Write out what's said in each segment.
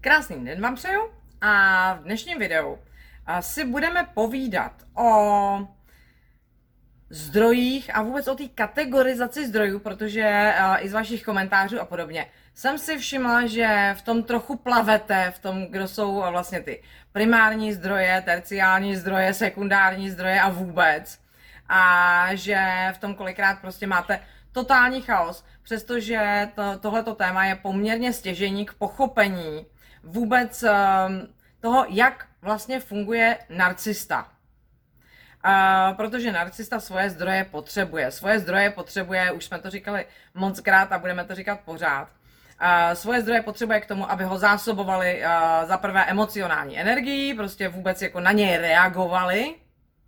Krásný den vám přeju a v dnešním videu si budeme povídat o zdrojích a vůbec o té kategorizaci zdrojů, protože i z vašich komentářů a podobně jsem si všimla, že v tom trochu plavete, v tom, kdo jsou vlastně ty primární zdroje, terciální zdroje, sekundární zdroje a vůbec. A že v tom kolikrát prostě máte totální chaos, přestože tohleto téma je poměrně stěžejní k pochopení vůbec toho, jak vlastně funguje narcista. Protože narcista svoje zdroje potřebuje. Svoje zdroje potřebuje, už jsme to říkali mockrát a budeme to říkat pořád. Svoje zdroje potřebuje k tomu, aby ho zásobovali za prvé emocionální energií, prostě vůbec jako na něj reagovali.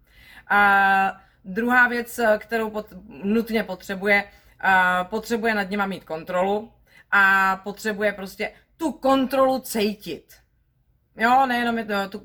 Druhá věc, kterou nutně potřebuje nad nima mít kontrolu a potřebuje prostě tu kontrolu cítit. Jo, nejenom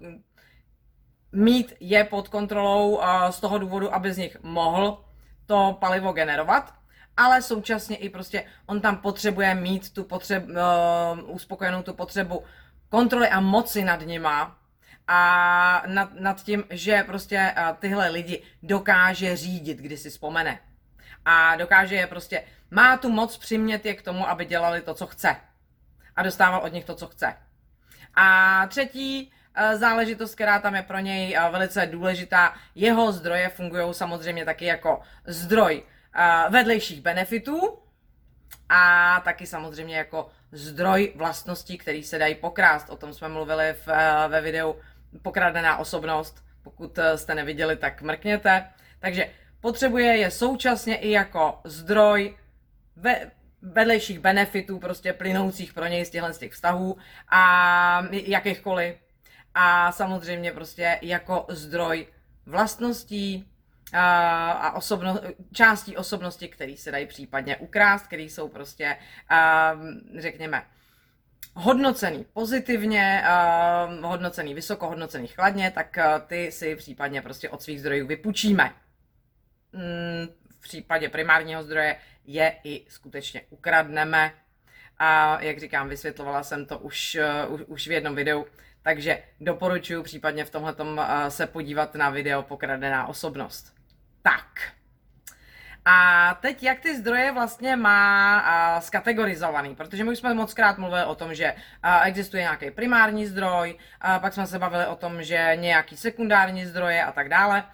mít je pod kontrolou z toho důvodu, aby z nich mohl to palivo generovat, ale současně i prostě on tam potřebuje mít tu uspokojenou tu potřebu kontroly a moci nad nima a nad tím, že prostě tyhle lidi dokáže řídit, když si vzpomene. A dokáže je prostě, má tu moc přimět je k tomu, aby dělali to, co chce. A dostával od nich to, co chce. A třetí záležitost, která tam je pro něj velice důležitá, jeho zdroje fungují samozřejmě taky jako zdroj vedlejších benefitů a taky samozřejmě jako zdroj vlastností, který se dají pokrást. O tom jsme mluvili ve videu Pokradená osobnost. Pokud jste neviděli, tak mrkněte. Takže potřebuje je současně i jako zdroj vedlejších benefitů, prostě plynoucích pro něj z těch vztahů a jakýchkoliv. A samozřejmě prostě jako zdroj vlastností a částí osobnosti, které se dají případně ukrást, které jsou prostě, řekněme, hodnocený pozitivně, hodnocený vysoko, hodnocený chladně, tak ty si případně prostě od svých zdrojů vypůjčíme. V případě primárního zdroje je i skutečně ukradneme. A jak říkám, vysvětlovala jsem to už v jednom videu, takže doporučuji případně v tomhletom se podívat na video Pokradená osobnost. Tak. A teď jak ty zdroje vlastně má skategorizovaný, protože my už jsme mockrát mluvili o tom, že existuje nějaký primární zdroj, pak jsme se bavili o tom, že nějaký sekundární zdroje a tak dále.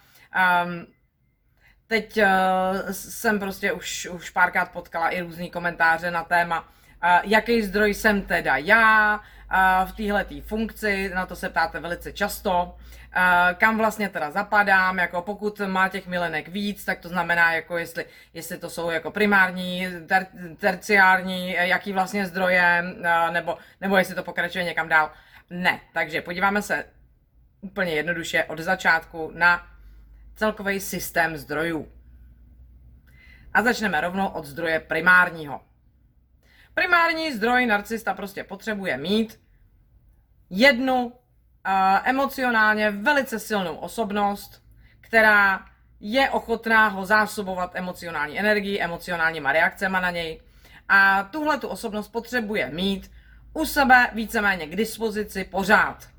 Teď jsem prostě už párkrát potkala i různý komentáře na téma, jaký zdroj jsem teda já v téhletý funkci, na to se ptáte velice často, kam vlastně teda zapadám, jako pokud má těch milenek víc, tak to znamená, jako jestli to jsou jako primární, terciární, jaký vlastně zdroje, nebo jestli to pokračuje někam dál. Ne, takže podíváme se úplně jednoduše od začátku na celkový systém zdrojů. A začneme rovnou od zdroje primárního. Primární zdroj narcista prostě potřebuje mít jednu emocionálně velice silnou osobnost, která je ochotná ho zásobovat emocionální energií, emocionálníma reakcemi na něj. A tuhle tu osobnost potřebuje mít u sebe víceméně k dispozici pořád.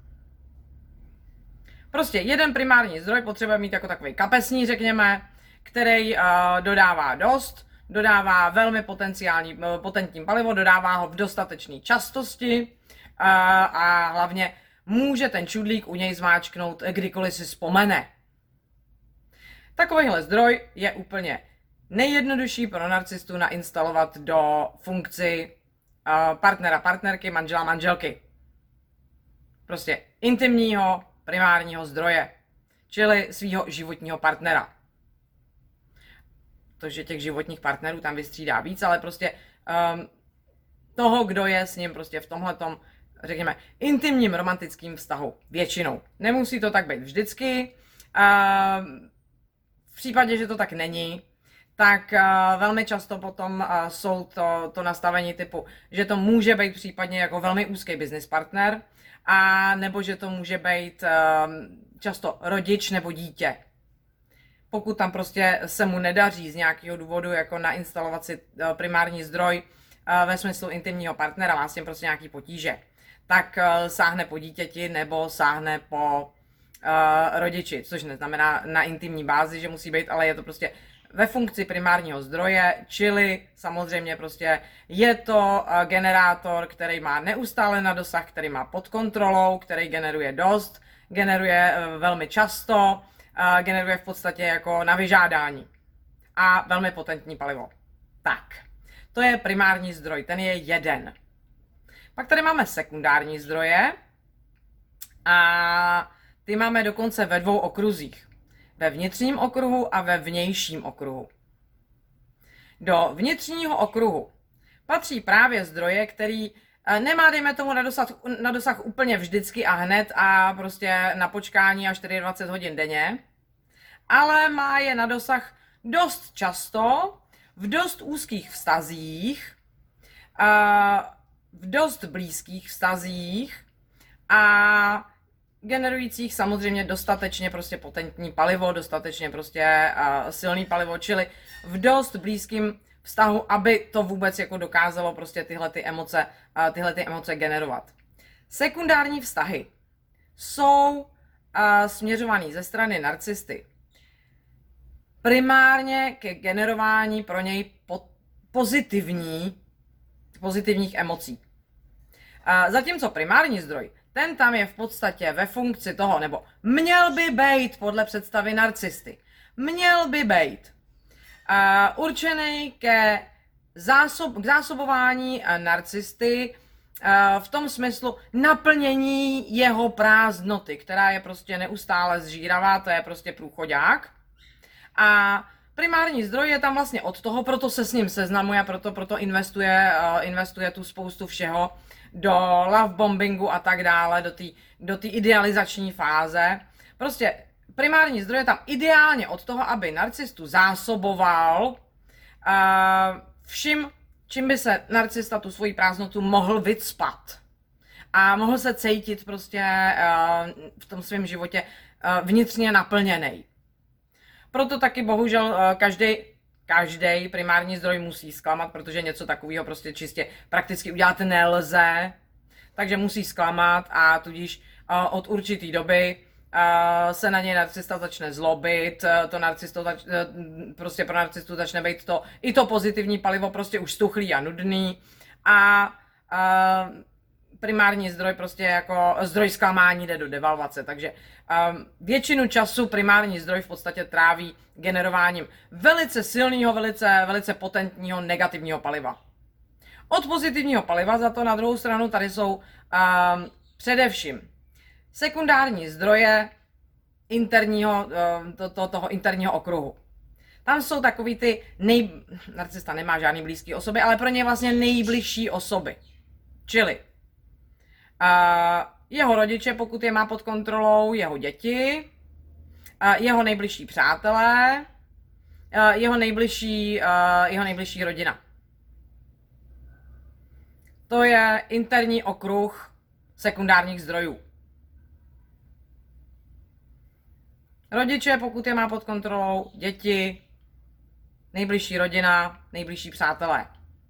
Prostě jeden primární zdroj potřebuje mít jako takový kapesní, řekněme, který dodává dost, dodává velmi potentní palivo, dodává ho v dostatečné častosti a hlavně může ten čudlík u něj zmáčknout, kdykoliv si vzpomene. Takovýhle zdroj je úplně nejjednodušší pro narcistu nainstalovat do funkci partnera, partnerky, manžela, manželky. Prostě intimního primárního zdroje, čili svýho životního partnera. To, že těch životních partnerů tam vystřídá víc, ale prostě toho, kdo je s ním prostě v tomhletom, řekněme, intimním romantickým vztahu. Většinou. Nemusí to tak být vždycky. V případě, že to tak není, tak velmi často potom jsou to nastavení typu, že to může být případně jako velmi úzký business partner, a nebo že to může být často rodič nebo dítě. Pokud tam prostě se mu nedaří z nějakého důvodu jako nainstalovat si primární zdroj ve smyslu intimního partnera, má s tím prostě nějaký potíže, tak sáhne po dítěti nebo sáhne po rodiči, což neznamená na intimní bázi, že musí být, ale je to prostě ve funkci primárního zdroje, čili samozřejmě prostě je to generátor, který má neustále na dosah, který má pod kontrolou, který generuje dost, generuje velmi často, generuje v podstatě jako na vyžádání a velmi potentní palivo. Tak, to je primární zdroj, ten je jeden. Pak tady máme sekundární zdroje a ty máme dokonce ve dvou okruzích. Ve vnitřním okruhu a ve vnějším okruhu. Do vnitřního okruhu patří právě zdroje, který nemá, dejme tomu, na dosah úplně vždycky a hned a prostě na počkání až 24 hodin denně, ale má je na dosah dost často, v dost úzkých vztazích, v dost blízkých vztazích a generujících samozřejmě dostatečně prostě potentní palivo, dostatečně prostě silný palivo, čili v dost blízkým vztahu, aby to vůbec jako dokázalo prostě tyhle ty emoce generovat. Sekundární vztahy jsou směřovaný ze strany narcisty primárně ke generování pro něj pozitivních emocí. Zatímco primární zdroj, ten tam je v podstatě ve funkci toho, nebo měl by být podle představy narcisty, měl by být určený k zásobování narcisty v tom smyslu naplnění jeho prázdnoty, která je prostě neustále zžíravá, to je prostě průchodák. A primární zdroj je tam vlastně od toho, proto se s ním seznamuje, proto investuje tu spoustu všeho do love bombingu a tak dále, do té idealizační fáze. Prostě primární zdroj je tam ideálně od toho, aby narcistu zásoboval vším, čím by se narcista tu svoji prázdnotu mohl vycpat. A mohl se cítit prostě v tom svém životě vnitřně naplněnej. Proto taky bohužel každý primární zdroj musí zklamat, protože něco takového prostě čistě prakticky udělat nelze. Takže musí zklamat a tudíž od určitý doby se na něj narcista začne zlobit, prostě pro narcistu začne být i to pozitivní palivo prostě už stuchlý a nudný a primární zdroj prostě jako zdroj zklamání jde do devalvace, takže většinu času primární zdroj v podstatě tráví generováním velice silného, velice potentního negativního paliva. Od pozitivního paliva za to na druhou stranu tady jsou především sekundární zdroje toho interního okruhu. Tam jsou takový ty narcista nemá žádný blízký osoby, ale pro ně vlastně nejbližší osoby. Čili jeho rodiče, pokud je má pod kontrolou, jeho děti, jeho nejbližší přátelé, jeho nejbližší rodina. To je interní okruh sekundárních zdrojů. Rodiče, pokud je má pod kontrolou, děti, nejbližší rodina, nejbližší přátelé.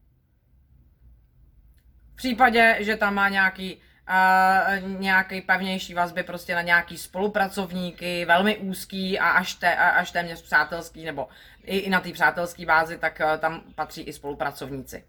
V případě, že tam má nějaký pevnější vazby prostě na nějaký spolupracovníky, velmi úzký a až téměř přátelský, nebo i na té přátelské bázi, tak tam patří i spolupracovníci.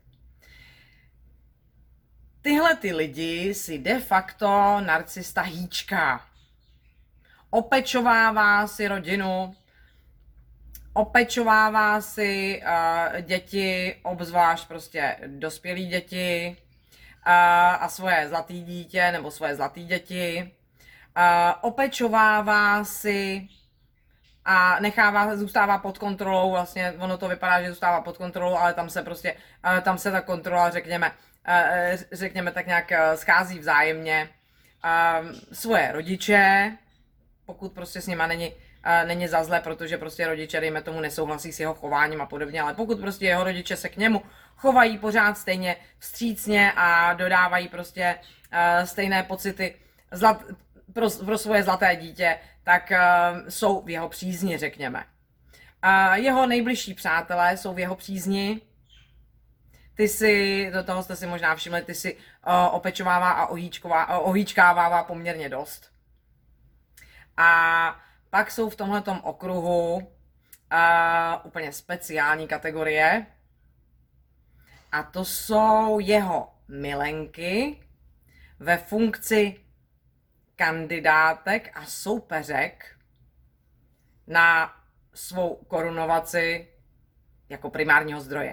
Tyhle ty lidi si de facto narcista hýčká. Opečovává si rodinu, opečovává si děti, obzvlášť prostě dospělí děti, a svoje zlatý dítě nebo svoje zlatý děti, opečovává si a zůstává pod kontrolou, vlastně ono to vypadá, že zůstává pod kontrolou, ale tam se ta kontrola, řekněme tak nějak schází vzájemně. Svoje rodiče, pokud prostě s nima není za zlé, protože prostě rodiče, dejme tomu, nesouhlasí s jeho chováním a podobně, ale pokud prostě jeho rodiče se k němu chovají pořád stejně vstřícně a dodávají prostě stejné pocity pro svoje zlaté dítě, tak jsou v jeho přízni, řekněme. Jeho nejbližší přátelé jsou v jeho přízni. do toho jste si možná všimli, ty si opečovává a ohýčkávává poměrně dost. A pak jsou v tomhletom okruhu úplně speciální kategorie. A to jsou jeho milenky ve funkci kandidátek a soupeřek na svou korunovaci jako primárního zdroje.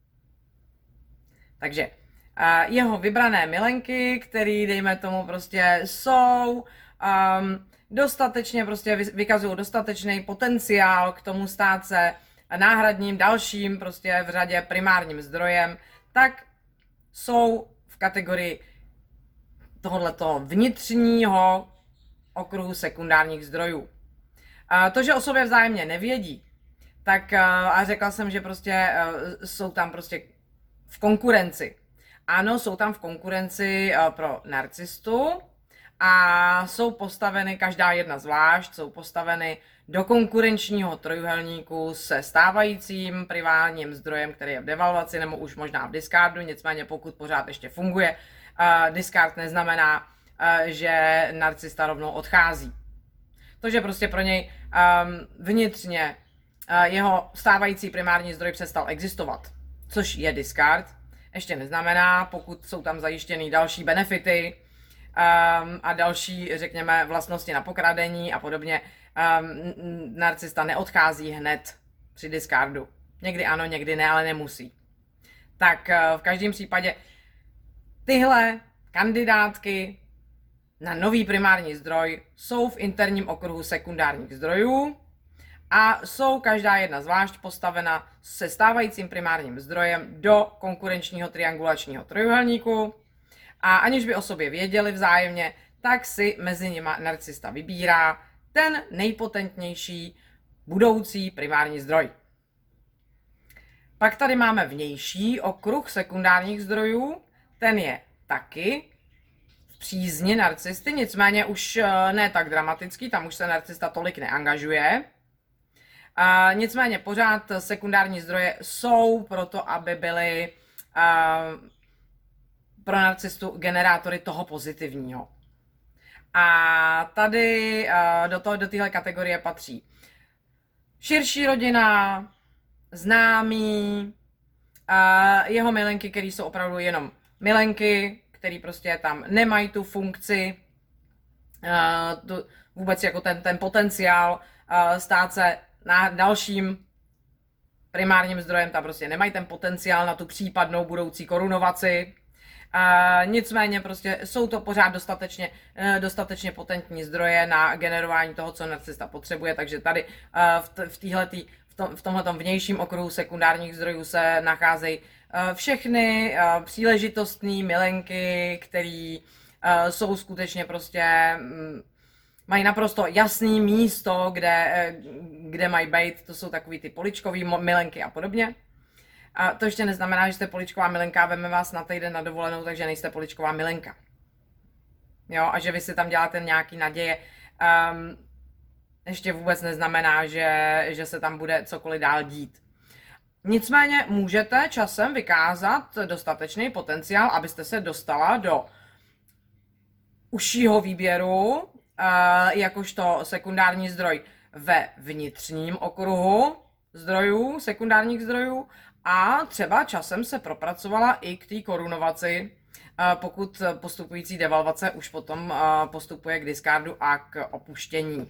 Takže jeho vybrané milenky, které, dejme tomu, prostě jsou dostatečně, prostě vykazují dostatečný potenciál k tomu stát se náhradním dalším prostě v řadě primárním zdrojem, tak jsou v kategorii tohoto vnitřního okruhu sekundárních zdrojů. To, že o sobě vzájemně nevědí, tak a řekla jsem, že prostě jsou tam prostě v konkurenci. Ano, jsou tam v konkurenci pro narcistu a jsou postaveny, každá jedna zvlášť, jsou postaveny do konkurenčního trojuhelníku se stávajícím primárním zdrojem, který je v devalvaci nebo už možná v discardu, nicméně pokud pořád ještě funguje, discard neznamená, že narcista rovnou odchází. To, že prostě pro něj vnitřně jeho stávající primární zdroj přestal existovat, což je discard, ještě neznamená, pokud jsou tam zajištěny další benefity a další, řekněme, vlastnosti na pokradení a podobně, narcista neodchází hned při discardu. Někdy ano, někdy ne, ale nemusí. Tak v každém případě tyhle kandidátky na nový primární zdroj jsou v interním okruhu sekundárních zdrojů a jsou každá jedna zvlášť postavena se stávajícím primárním zdrojem do konkurenčního triangulačního trojuhelníku a aniž by o sobě věděli vzájemně, tak si mezi nima narcista vybírá ten nejpotentnější budoucí primární zdroj. Pak tady máme vnější okruh sekundárních zdrojů, ten je taky v přízni narcisty, nicméně už ne tak dramatický, tam už se narcista tolik neangažuje. Nicméně pořád sekundární zdroje jsou proto, aby byly pro narcistu generátory toho pozitivního. A tady do téhle kategorie patří širší rodina, známí, jeho milenky, které jsou opravdu jenom milenky, které prostě tam nemají tu funkci, vůbec jako ten potenciál stát se na dalším primárním zdrojem, tam prostě nemají ten potenciál na tu případnou budoucí korunovaci. Nicméně prostě jsou to pořád dostatečně potentní zdroje na generování toho, co narcista potřebuje, takže tady v tomhletom vnějším okruhu sekundárních zdrojů se nacházejí všechny příležitostné milenky, které jsou skutečně prostě mají naprosto jasný místo, kde mají být, to jsou takový ty poličkový milenky a podobně. A to ještě neznamená, že jste poličková milenka a veme vás na týden na dovolenou, takže nejste poličková milenka. Jo, a že vy si tam děláte nějaký naděje, ještě vůbec neznamená, že se tam bude cokoliv dál dít. Nicméně můžete časem vykázat dostatečný potenciál, abyste se dostala do užšího výběru, jakožto sekundární zdroj ve vnitřním okruhu zdrojů, sekundárních zdrojů, a třeba časem se propracovala i k té korunovaci, pokud postupující devalvace už potom postupuje k discardu a k opuštění.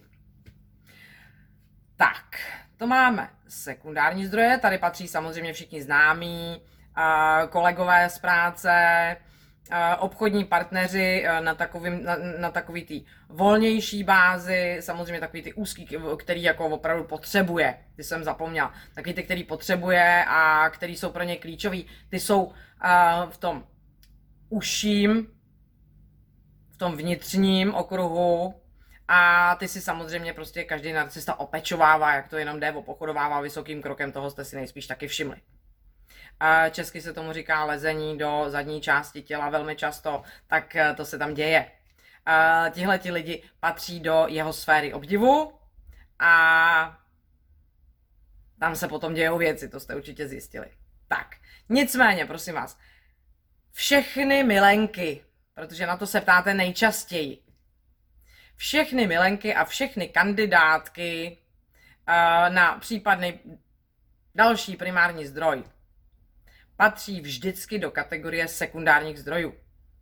Tak, to máme sekundární zdroje, tady patří samozřejmě všichni známí, kolegové z práce, obchodní partneři na takový ty volnější bázi, samozřejmě takový ty úzký, který jako opravdu potřebuje, ty jsem zapomněla, takový ty, který potřebuje a který jsou pro ně klíčový, ty jsou v tom užším, v tom vnitřním okruhu a ty si samozřejmě prostě každý narcista opečovává, jak to jenom jde, opochodovává vysokým krokem, toho jste si nejspíš taky všimli. Česky se tomu říká lezení do zadní části těla velmi často, tak to se tam děje. Tihleti lidi patří do jeho sféry obdivu a tam se potom dějou věci, to jste určitě zjistili. Tak, Nicméně, prosím vás, všechny milenky, protože na to se ptáte nejčastěji, všechny milenky a všechny kandidátky na případný další primární zdroj patří vždycky do kategorie sekundárních zdrojů.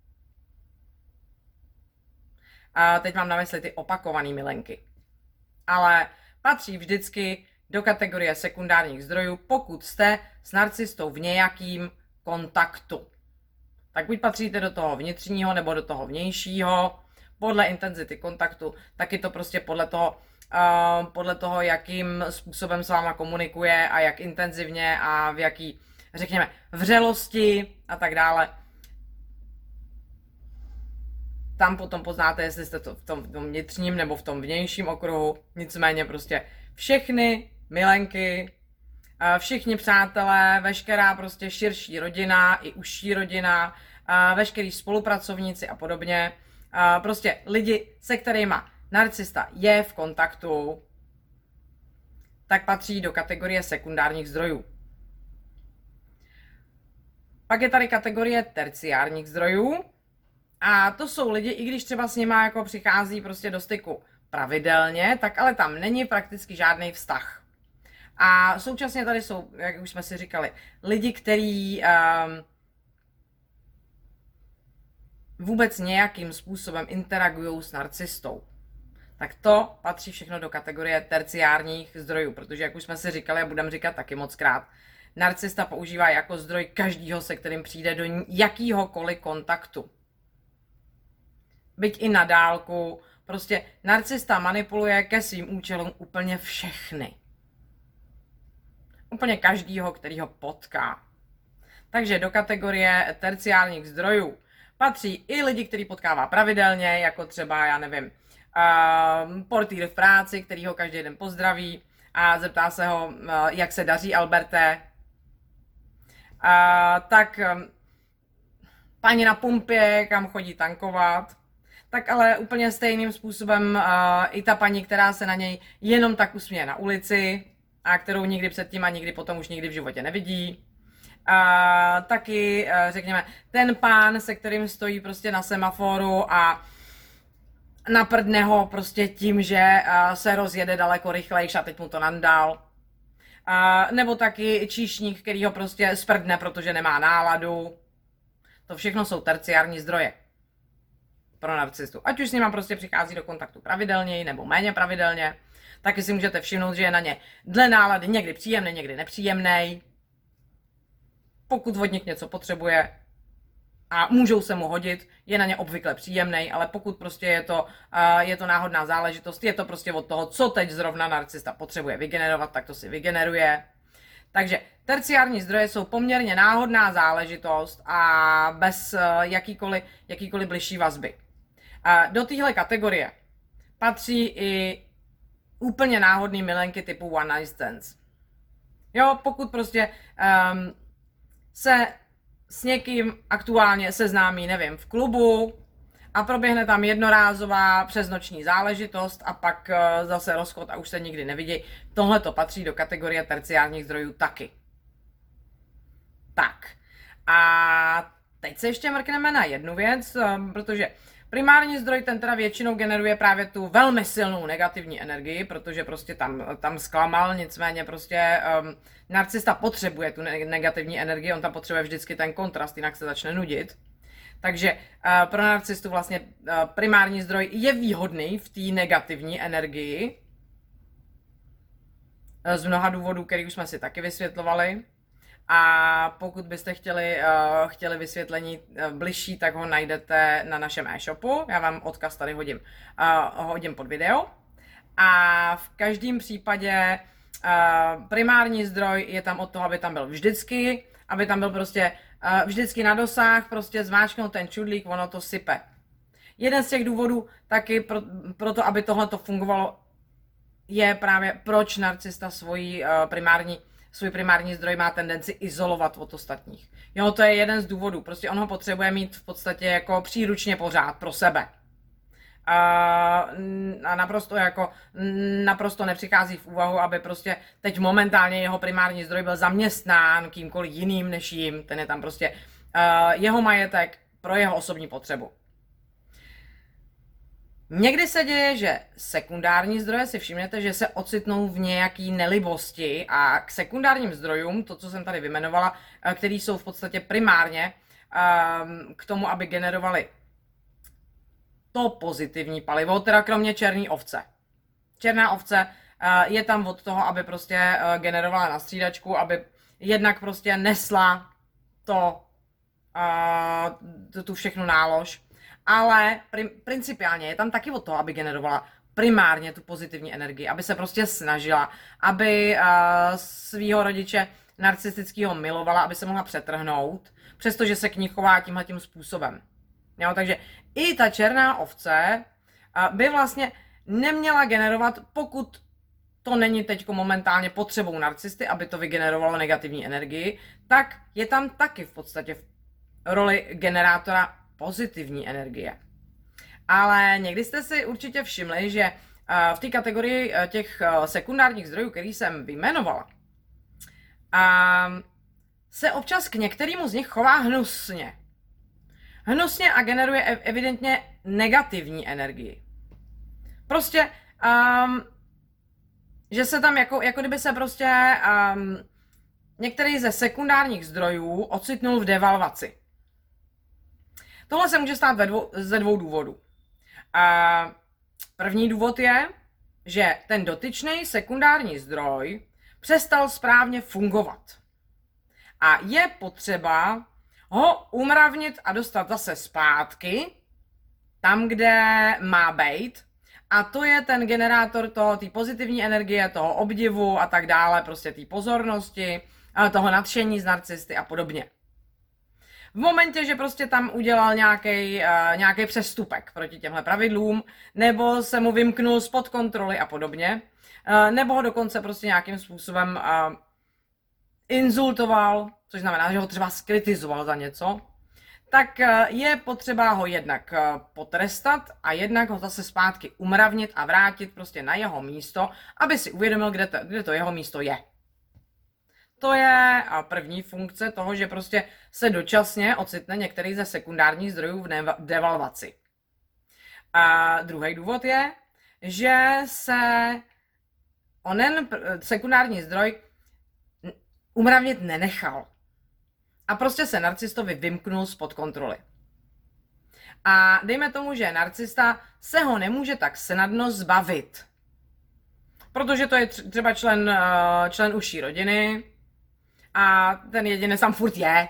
A teď mám na mysli ty opakované milenky. Ale patří vždycky do kategorie sekundárních zdrojů, pokud jste s narcistou v nějakým kontaktu. Tak buď patříte do toho vnitřního nebo do toho vnějšího, podle intenzity kontaktu, taky to prostě podle toho, jakým způsobem s váma komunikuje a jak intenzivně a v jaký, řekněme, vřelosti a tak dále. Tam potom poznáte, jestli jste to v tom vnitřním nebo v tom vnějším okruhu. Nicméně prostě všechny milenky, všichni přátelé, veškerá prostě širší rodina i užší rodina, veškerý spolupracovníci a podobně. Prostě lidi, se kterými narcista je v kontaktu, tak patří do kategorie sekundárních zdrojů. Pak je tady kategorie terciárních zdrojů. A to jsou lidi, i když třeba s nima jako přichází prostě do styku pravidelně, tak ale tam není prakticky žádný vztah. A současně tady jsou, jak už jsme si říkali, lidi, kteří vůbec nějakým způsobem interagují s narcistou. Tak to patří všechno do kategorie terciárních zdrojů, protože jak už jsme si říkali a budeme říkat taky mockrát, narcista používá jako zdroj každýho, se kterým přijde do jakýhokoliv kontaktu. Byť i na dálku, prostě narcista manipuluje ke svým účelům úplně všechny. Úplně každýho, který ho potká. Takže do kategorie terciárních zdrojů patří i lidi, který potkává pravidelně, jako třeba, já nevím, portýr v práci, který ho každý den pozdraví a zeptá se ho, jak se daří, Alberte. Tak paní na pumpě, kam chodí tankovat, tak ale úplně stejným způsobem i ta paní, která se na něj jenom tak usměje na ulici a kterou nikdy předtím a nikdy potom už nikdy v životě nevidí. Taky, řekněme, ten pán, se kterým stojí prostě na semaforu a naprdne ho prostě tím, že se rozjede daleko rychlejš a teď mu to nandal. Nebo taky číšník, který ho prostě sprdne, protože nemá náladu. To všechno jsou terciární zdroje pro narcistu. Ať už s nima prostě přichází do kontaktu pravidelněji nebo méně pravidelně, taky si můžete všimnout, že je na ně dle nálady někdy příjemný, někdy nepříjemný. Pokud od nich něco potřebuje a můžou se mu hodit, je na ně obvykle příjemný, ale pokud prostě je to náhodná záležitost, je to prostě od toho, co teď zrovna narcista potřebuje vygenerovat, tak to si vygeneruje. Takže terciární zdroje jsou poměrně náhodná záležitost a bez jakýkoliv bližší vazby. Do téhle kategorie patří i úplně náhodný milenky typu one night stands. Jo, pokud prostě se s někým aktuálně seznámí, nevím, v klubu a proběhne tam jednorázová přesnoční záležitost a pak zase rozchod a už se nikdy nevidí. Tohle to patří do kategorie terciárních zdrojů taky. Tak. A teď se ještě mrkneme na jednu věc, protože primární zdroj ten teda většinou generuje právě tu velmi silnou negativní energii, protože prostě tam zklamal, nicméně prostě narcista potřebuje tu negativní energii, on tam potřebuje vždycky ten kontrast, jinak se začne nudit. Takže pro narcistu vlastně primární zdroj je výhodný v té negativní energii. Z mnoha důvodů, který už jsme si taky vysvětlovali. A pokud byste chtěli vysvětlení bližší, tak ho najdete na našem e-shopu. Já vám odkaz tady hodím pod video. A v každém případě primární zdroj je tam od toho, aby tam byl vždycky, aby tam byl prostě vždycky na dosah, prostě zmáčknout ten čudlík, ono to sype. Jeden z těch důvodů taky pro to, aby tohle to fungovalo, je právě proč narcista svůj primární zdroj má tendenci izolovat od ostatních. Jo, to je jeden z důvodů. Prostě on ho potřebuje mít v podstatě jako příručně pořád pro sebe. a naprosto nepřichází v úvahu, aby prostě teď momentálně jeho primární zdroj byl zaměstnán kýmkoliv jiným než jím, ten je tam prostě jeho majetek pro jeho osobní potřebu. Někdy se děje, že sekundární zdroje, si všimnete, že se ocitnou v nějaký nelibosti a k sekundárním zdrojům, to, co jsem tady vymenovala, který jsou v podstatě primárně k tomu, aby generovali to pozitivní palivo, teda kromě černé ovce. Černá ovce je tam od toho, aby prostě generovala na střídačku, aby jednak prostě nesla tu všechnu nálož, ale principiálně je tam taky od toho, aby generovala primárně tu pozitivní energii, aby se prostě snažila, aby svýho rodiče narcistického milovala, aby se mohla přetrhnout, přestože se k ní chová tímhletím způsobem. Jo, takže i ta černá ovce by vlastně neměla generovat, pokud to není teď momentálně potřebou narcisty, aby to vygenerovalo negativní energii, tak je tam taky v podstatě v roli generátora pozitivní energie. Ale někdy jste si určitě všimli, že v té kategorii těch sekundárních zdrojů, který jsem vyjmenovala, se občas k některému z nich chová hnusně. Hnusně a generuje evidentně negativní energii. Prostě, že se tam jako kdyby se prostě některý ze sekundárních zdrojů ocitnul v devalvaci. Tohle se může stát ze dvou důvodů. První důvod je, že ten dotyčný sekundární zdroj přestal správně fungovat. A je potřeba ho umravnit a dostat zase zpátky, tam, kde má být. A to je ten generátor té pozitivní energie, toho obdivu a tak dále, prostě té pozornosti, toho nadšení z narcisty a podobně. V momentě, že prostě tam udělal nějaký přestupek proti těmhle pravidlům, nebo se mu vymknul spod kontroly a podobně, nebo ho dokonce prostě nějakým způsobem insultoval, což znamená, že ho třeba skritizoval za něco, tak je potřeba ho jednak potrestat a jednak ho zase zpátky umravnit a vrátit prostě na jeho místo, aby si uvědomil, kde to jeho místo je. To je první funkce toho, že prostě se dočasně ocitne některý ze sekundárních zdrojů v devalvaci. A druhý důvod je, že se onen sekundární zdroj umravnit nenechal. A prostě se narcistovi vymknul spod kontroly. A dejme tomu, že narcista se ho nemůže tak snadno zbavit. Protože to je třeba člen užší rodiny a ten jedinec tam furt je.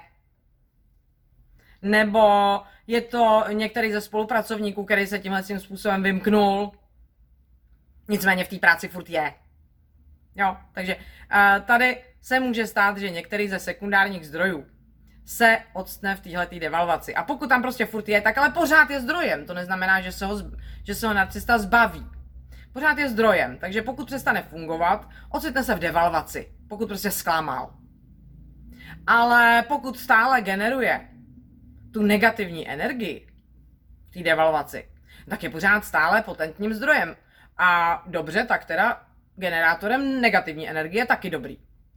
Nebo je to některý ze spolupracovníků, který se tímhle způsobem vymknul. Nicméně v té práci furt je. Jo, takže tady se může stát, že některý ze sekundárních zdrojů se odstne v téhletý devalvaci. A pokud tam prostě furt je, tak ale pořád je zdrojem. To neznamená, že se ho narcista zbaví. Pořád je zdrojem, takže pokud přestane fungovat, ocitne se v devalvaci. Pokud prostě zklamal. Ale pokud stále generuje tu negativní energii v té devalvaci, tak je pořád stále potentním zdrojem. A dobře, tak teda generátorem negativní energie je taky dobrý.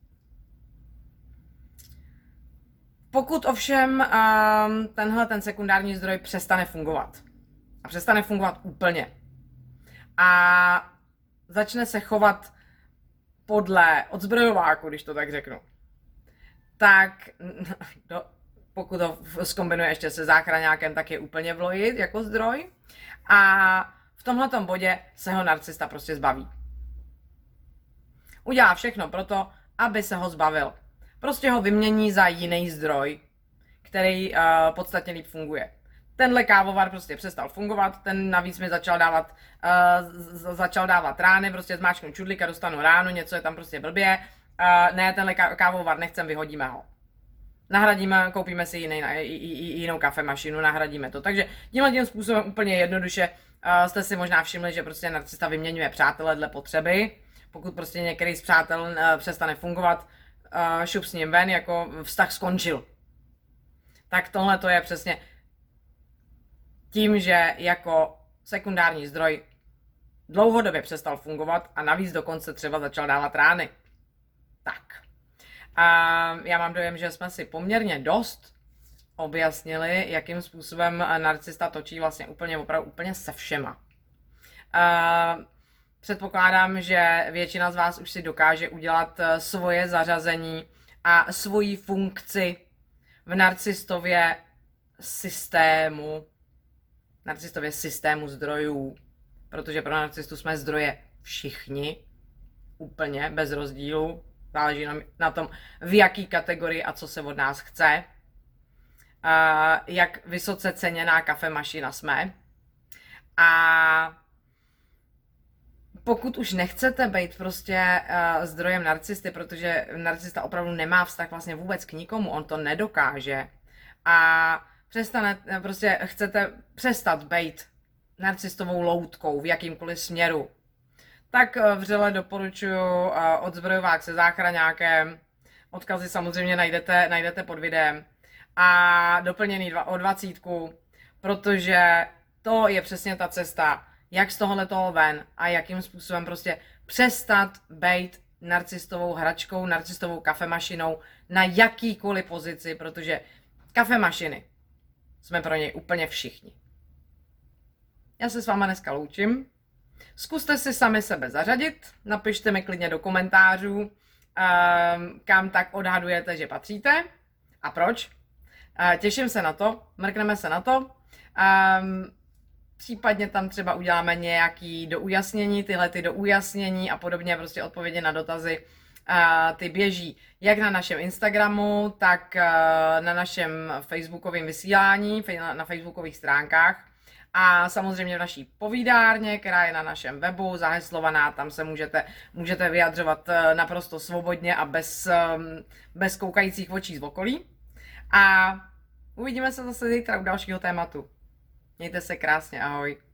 Pokud ovšem ten sekundární zdroj přestane fungovat, a přestane fungovat úplně, a začne se chovat podle odzbrojováku, když to tak řeknu, tak pokud to zkombinuje ještě se záchraňákem, tak je úplně v loji jako zdroj. A v tomhletom bodě se ho narcista prostě zbaví. Udělá všechno pro to, aby se ho zbavil. Prostě ho vymění za jiný zdroj, který podstatně líp funguje. Tenhle kávovar prostě přestal fungovat, ten navíc mi začal dávat rány, prostě zmáčknu čudlík a dostanu ránu, něco je tam prostě blbě. Ne, tenhle kávovar nechcem, vyhodíme ho. Nahradíme, koupíme si jinou kafemašinu, nahradíme to. Takže tímhle způsobem úplně jednoduše jste si možná všimli, že prostě narcista vyměňuje přátele dle potřeby. Pokud prostě některý z přátel přestane fungovat, šup s ním ven, jako vztah skončil. Tak tohle to je přesně tím, že jako sekundární zdroj dlouhodobě přestal fungovat a navíc dokonce třeba začal dávat rány. Tak. A já mám dojem, že jsme si poměrně dost objasnili, jakým způsobem narcista točí vlastně opravdu úplně se všema. Předpokládám, že většina z vás už si dokáže udělat svoje zařazení a svoji funkci v narcistově systému zdrojů, protože pro narcistu jsme zdroje všichni, úplně bez rozdílu, záleží na tom, v jaký kategorii a co se od nás chce, jak vysoce ceněná kafemašina jsme. A pokud už nechcete být prostě zdrojem narcisty, protože narcista opravdu nemá vztah vlastně vůbec k nikomu, on to nedokáže a chcete přestat být narcistovou loutkou v jakýmkoliv směru, tak vřele doporučuji Odzbrojovák se záchraňákem, odkazy samozřejmě najdete pod videem a doplněný o 20, protože to je přesně ta cesta, jak z tohoto ven a jakým způsobem prostě přestat být narcistovou hračkou, narcistovou kafemašinou na jakýkoliv pozici, protože kafemašiny jsme pro něj úplně všichni. Já se s váma dneska loučím. Zkuste si sami sebe zařadit, napište mi klidně do komentářů, kam tak odhadujete, že patříte a proč. Těším se na to, mrkneme se na to. Případně tam třeba uděláme nějaký doujasnění, tyhle doujasnění a podobně, prostě odpovědi na dotazy. Ty běží jak na našem Instagramu, tak na našem facebookovém vysílání, na facebookových stránkách. A samozřejmě v naší povídárně, která je na našem webu, zaheslovaná, tam se můžete vyjadřovat naprosto svobodně a bez koukajících očí z okolí. A uvidíme se zase zítra u dalšího tématu. Mějte se krásně, ahoj.